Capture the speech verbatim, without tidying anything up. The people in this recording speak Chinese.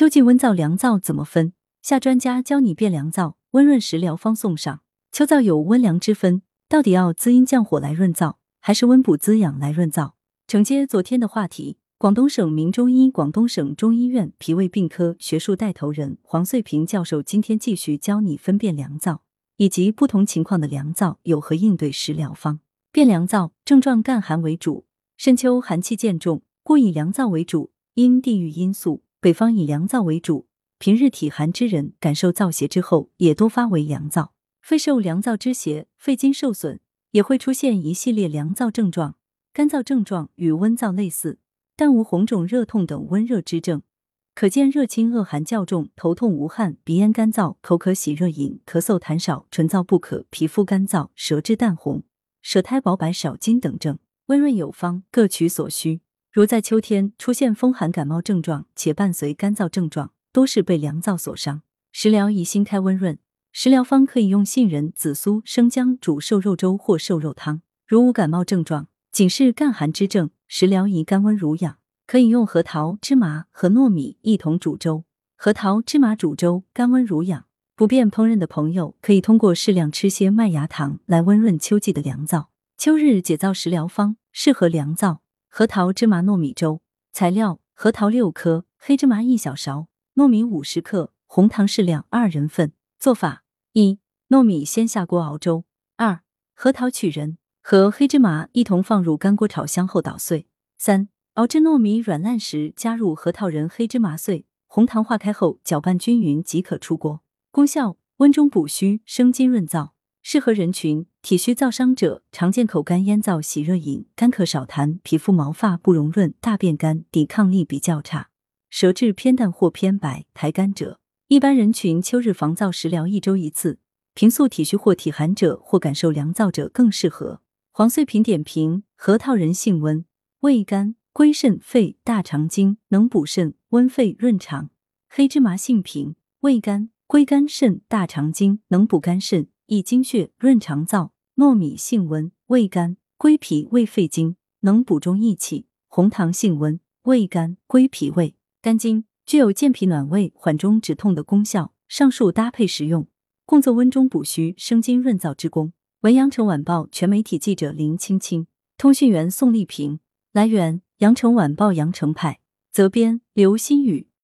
秋季温燥凉燥怎么分？夏专家教你变凉燥，温润食疗方送上。秋燥有温凉之分，到底要滋阴降火来润燥，还是温补滋养来润燥？承接昨天的话题，广东省名中医广东省中医院脾胃病科学术带头人黄穗平教授今天继续教你分辨凉燥，以及不同情况的凉燥有何应对食疗方。变凉燥，症状干寒为主，深秋寒气渐重，故以凉燥为主。因地域因素，北方以凉燥为主，平日体寒之人感受燥邪之后，也多发为凉燥。肺受凉燥之邪，肺经受损，也会出现一系列凉燥症状。干燥症状与温燥类似，但无红肿热痛等温热之症，可见热清恶寒较重，头痛无汗，鼻咽干燥，口渴喜热饮，咳嗽痰少，唇燥不可，皮肤干燥，舌质淡红，舌苔薄白少津等症。温润有方，各取所需。如在秋天出现风寒感冒症状，且伴随干燥症状，多是被凉燥所伤。食疗宜新开温润，食疗方可以用杏仁、紫苏、生姜煮瘦肉粥或瘦肉汤。如无感冒症状，仅是干寒之症，食疗宜甘温濡养，可以用核桃、芝麻和糯米一同煮粥。核桃、芝麻煮粥，甘温濡养。不便烹饪的朋友，可以通过适量吃些麦芽糖来温润秋季的凉燥。秋日解燥食疗方，适合凉燥。核桃芝麻糯米粥。材料：核桃六颗，黑芝麻一小勺，糯米五十克，红糖适量二人份。做法：一、糯米先下锅熬粥。二、核桃取仁，和黑芝麻一同放入干锅炒香后捣碎。三、熬至糯米软烂时，加入核桃仁、黑芝麻碎，红糖化开后搅拌均匀即可出锅。功效：温中补虚，生津润燥。适合人群：体虚燥伤者，常见口干咽燥喜热饮，干咳少痰，皮肤毛发不容润，大便干，抵抗力比较差，舌质偏淡或偏白，苔干者。一般人群秋日防燥食疗一周一次，平素体虚或体寒者或感受凉燥者更适合。黄穗平点评：核桃仁性温，味甘，归肾肺大肠经，能补肾温肺润肠。黑芝麻性平，味甘，归肝肾大肠经，能补肝肾益精血润肠燥。糯米性温，味甘，归脾胃肺经，能补中益气。红糖性温，味甘，归脾胃肝经，具有健脾暖胃、缓中止痛的功效。上述搭配食用，共奏温中补虚、生津润燥之功。文阳城晚报全媒体记者林青青，通讯员宋丽萍。来源：阳城晚报阳城派，责编：刘新宇。